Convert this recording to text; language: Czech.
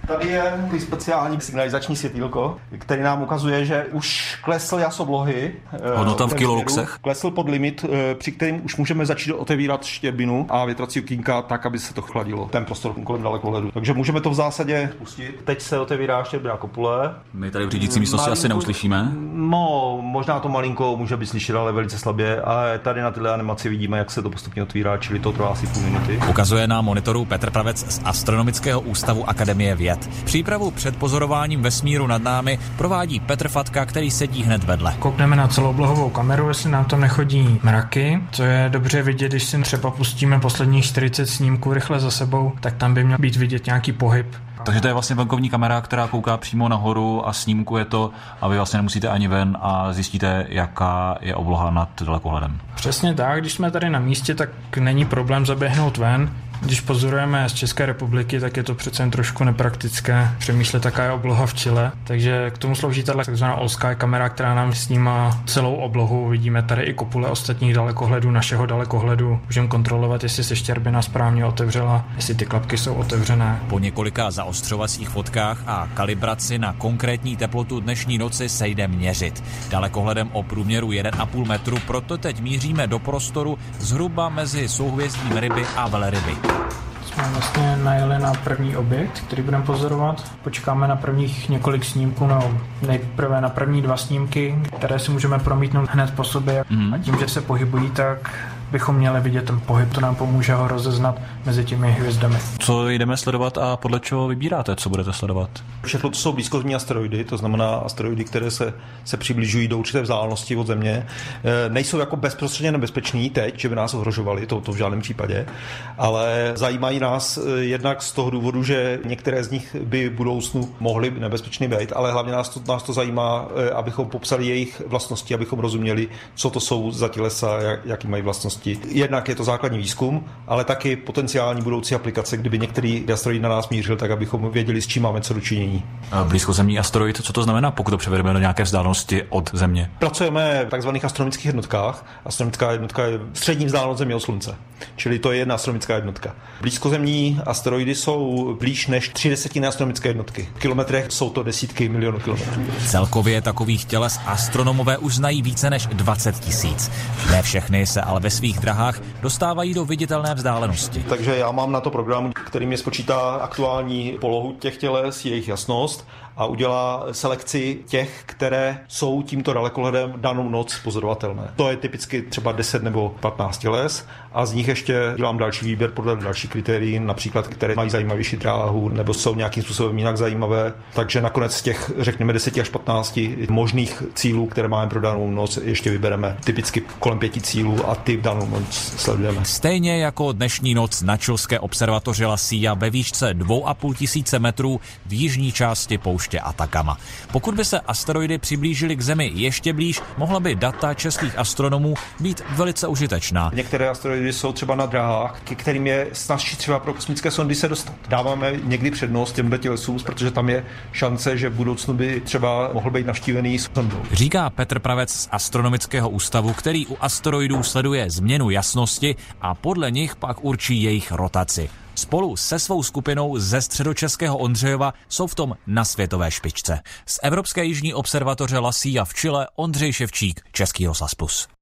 Tady je speciální signalizační světýlko, který nám ukazuje, že už klesl jas oblohy. Hodnota v kiloluxech? Klesl pod limit, při kterým už můžeme začít otevírat štěrbinu a větrací okýnka tak, aby se to chladilo, ten prostor kolem dalekohledu. Takže můžeme to v zásadě pustit. Teď se otevírá štěrbina kopule. My tady v řídící místnosti asi neuslyšíme. No, možná to malinko může být slyšet, ale velice slabě. A tady na této animaci vidíme, jak se to postupně otvírá, čili to trvá asi půl minuty. Ukazuje na monitoru Petr Pravec z Astronomického ústavu Akademie věd. Přípravu před pozorováním vesmíru nad námi provádí Petr Fatka, který sedí hned vedle. Koukneme na celooblohovou kameru, jestli nám tam nechodí mraky, co je dobře vidět, když si třeba pustíme posledních 40 snímků rychle za sebou, tak tam by měl být vidět nějaký pohyb. Takže to je vlastně venkovní kamera, která kouká přímo nahoru a snímkuje to a vy vlastně nemusíte ani ven a zjistíte, jaká je obloha nad dalekohledem. Přesně tak, když jsme tady na místě, tak není problém zaběhnout ven. Když pozorujeme z České republiky, tak je to přece jen trošku nepraktické přemýšlet, jaká je obloha v Chile. Takže k tomu slouží tato takzvaná All Sky kamera, která nám snímá celou oblohu. Vidíme tady i kopule ostatních dalekohledů, našeho dalekohledu. Můžeme kontrolovat, jestli se štěrbina správně otevřela, jestli ty klapky jsou otevřené. Po několika zaostřovacích fotkách a kalibraci na konkrétní teplotu dnešní noci se jde měřit. Dalekohledem o průměru 1,5 metru, proto teď míříme do prostoru zhruba mezi souhvězdím Ryby a Velryby. Jsme vlastně najeli na první objekt, který budeme pozorovat. Počkáme na prvních několik snímků, no nejprve na první 2 snímky, které si můžeme promítnout hned po sobě. A tím, že se pohybují, tak bychom měli vidět ten pohyb, to nám pomůže ho rozeznat mezi těmi hvězdami. Co jdeme sledovat a podle čeho vybíráte, co budete sledovat? Všechno to jsou blízkozemní asteroidy, to znamená asteroidy, které se přibližují do určité vzdálenosti od Země. Nejsou jako bezprostředně nebezpeční teď, že by nás ohrožovali, to v žádném případě, ale zajímají nás jednak z toho důvodu, že některé z nich by v budoucnu mohly nebezpečný být, ale hlavně nás to zajímá, abychom popsali jejich vlastnosti, abychom rozuměli, co to jsou za tělesa, jaký mají vlastnosti. Jednak je to základní výzkum, ale taky potenciální budoucí aplikace, kdyby některý asteroid na nás mířil, tak abychom věděli, s čím máme co do činění. Blízkozemní asteroid, co to znamená, pokud to převedeme do nějaké vzdálenosti od Země? Pracujeme v takzvaných astronomických jednotkách. Astronomická jednotka je střední vzdálenost Země od Slunce, čili to je jedna astronomická jednotka. Blízkozemní asteroidy jsou blíž než 0,3 astronomické jednotky. V kilometrech jsou to desítky milionů kilometrů. Celkově takových těles astronomové už znají více než 20 000. Ne všechny se ale ve svých drahách dostávají do viditelné vzdálenosti. Takže já mám na to program, který mi spočítá aktuální polohu těch těles, jejich jasnost a udělá selekci těch, které jsou tímto dalekohledem danou noc pozorovatelné. To je typicky třeba 10 nebo 15 těles a z nich ještě dělám další výběr podle dalších kritérií, například které mají zajímavější dráhu nebo jsou nějakým způsobem jinak zajímavé. Takže nakonec z těch, řekněme, 10 až 15 možných cílů, které máme pro danou noc, ještě vybereme typicky kolem 5 cílů a ty danou noc sledujeme. Stejně jako dnešní noc na chilské observatoři La Silla ve výšce 2500 metrů v jižní části pouště Atacama. Pokud by se asteroidy přiblížily k Zemi ještě blíž, mohla by data českých astronomů být velice užitečná. Některé asteroidy jsou třeba na dráhách, ke kterým je snazší třeba pro kosmické sondy se dostat. Dáváme někdy přednost těmhle tělesům, protože tam je šance, že v budoucnu by třeba mohl být navštívený sondou. Říká Petr Pravec z Astronomického ústavu, který u asteroidů sleduje změnu jasnosti a podle nich pak určí jejich rotaci. Spolu se svou skupinou ze středočeského Ondřejova jsou v tom na světové špičce. Z Evropské jižní observatoře La Silla v Chile Ondřej Ševčík, Český rozhlas Plus.